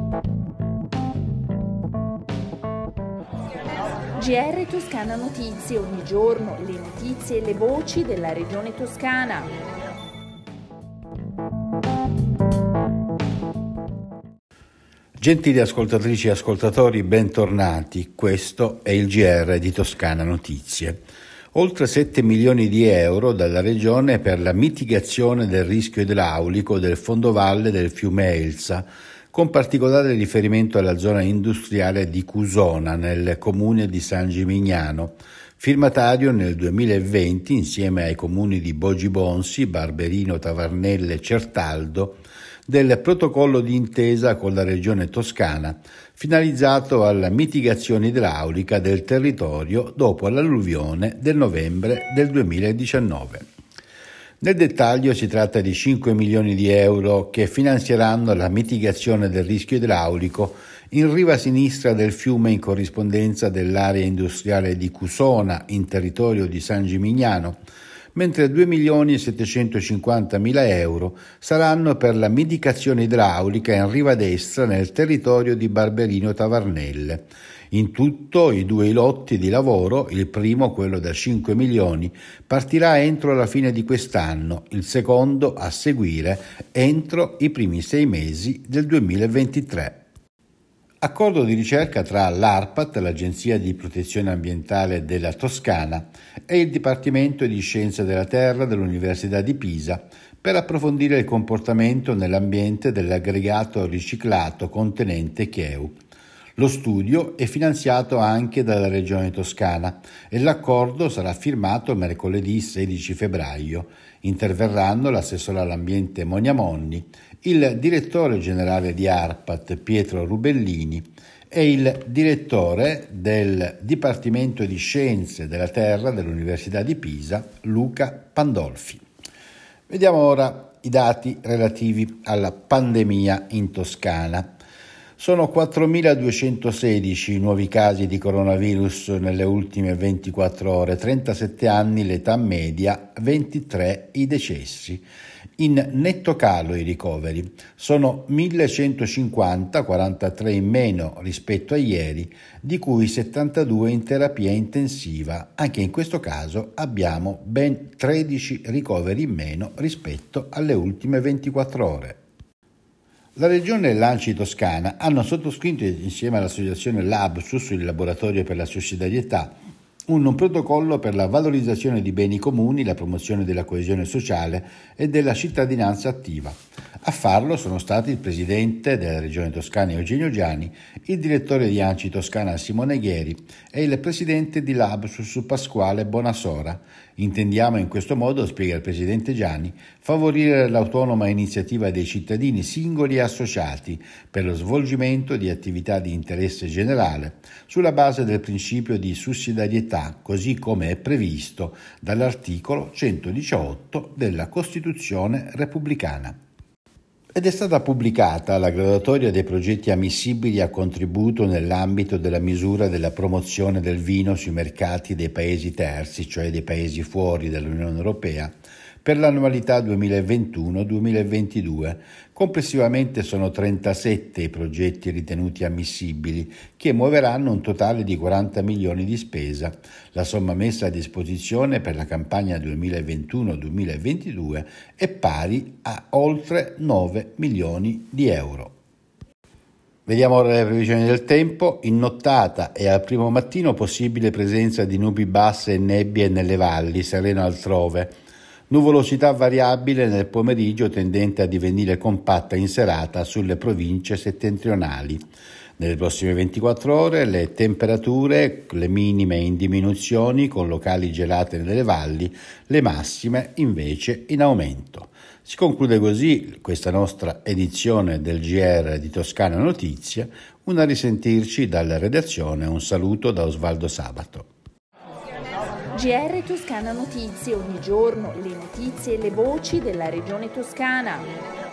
GR Toscana Notizie, ogni giorno le notizie e le voci della regione toscana. Gentili ascoltatrici e ascoltatori, bentornati. Questo è il GR di Toscana Notizie. Oltre 7 milioni di euro dalla Regione per la mitigazione del rischio idraulico del fondovalle del fiume Elsa, con particolare riferimento alla zona industriale di Cusona, nel comune di San Gimignano, firmatario nel 2020 insieme ai comuni di Bogibonsi, Barberino, Tavarnelle e Certaldo, del protocollo di intesa con la Regione Toscana, finalizzato alla mitigazione idraulica del territorio dopo l'alluvione del novembre del 2019. Nel dettaglio si tratta di 5 milioni di euro che finanzieranno la mitigazione del rischio idraulico in riva sinistra del fiume in corrispondenza dell'area industriale di Cusona in territorio di San Gimignano, mentre 2 milioni e 750 mila euro saranno per la mitigazione idraulica in riva destra nel territorio di Barberino Tavarnelle. In tutto i due lotti di lavoro, il primo, quello da 5 milioni, partirà entro la fine di quest'anno, il secondo a seguire entro i primi 6 mesi del 2023. Accordo di ricerca tra l'ARPAT, l'Agenzia di Protezione Ambientale della Toscana, e il Dipartimento di Scienze della Terra dell'Università di Pisa per approfondire il comportamento nell'ambiente dell'aggregato riciclato contenente cheu. Lo studio è finanziato anche dalla Regione Toscana e l'accordo sarà firmato mercoledì 16 febbraio. Interverranno l'assessore all'ambiente Monia Monni, il direttore generale di ARPAT Pietro Rubellini e il direttore del Dipartimento di Scienze della Terra dell'Università di Pisa Luca Pandolfi. Vediamo ora i dati relativi alla pandemia in Toscana. Sono 4.216 i nuovi casi di coronavirus nelle ultime 24 ore, 37 anni l'età media, 23 i decessi. In netto calo i ricoveri, sono 1.150, 43 in meno rispetto a ieri, di cui 72 in terapia intensiva. Anche in questo caso abbiamo ben 13 ricoveri in meno rispetto alle ultime 24 ore. La Regione e l'ANCI Toscana hanno sottoscritto insieme all'associazione Labsus, il laboratorio per la sussidiarietà, un protocollo per la valorizzazione di beni comuni, la promozione della coesione sociale e della cittadinanza attiva. A farlo sono stati il presidente della Regione Toscana Eugenio Giani, il direttore di ANCI Toscana Simone Gheri e il presidente di Labsus Pasquale Bonasora. Intendiamo in questo modo, spiega il presidente Giani, favorire l'autonoma iniziativa dei cittadini singoli e associati per lo svolgimento di attività di interesse generale sulla base del principio di sussidiarietà, così come è previsto dall'articolo 118 della Costituzione repubblicana. Ed è stata pubblicata la graduatoria dei progetti ammissibili a contributo nell'ambito della misura della promozione del vino sui mercati dei paesi terzi, cioè dei paesi fuori dall'Unione Europea, per l'annualità 2021-2022. Complessivamente sono 37 i progetti ritenuti ammissibili, che muoveranno un totale di 40 milioni di spesa. La somma messa a disposizione per la campagna 2021-2022 è pari a oltre 9 milioni di euro. Vediamo ora le previsioni del tempo. In nottata e al primo mattino possibile presenza di nubi basse e nebbie nelle valli, sereno altrove. Nuvolosità variabile nel pomeriggio tendente a divenire compatta in serata sulle province settentrionali. Nelle prossime 24 ore le temperature, le minime in diminuzione con locali gelate nelle valli, le massime invece in aumento. Si conclude così questa nostra edizione del GR di Toscana Notizie. Un a risentirci dalla redazione, un saluto da Osvaldo Sabato. GR Toscana Notizie, ogni giorno le notizie e le voci della regione toscana.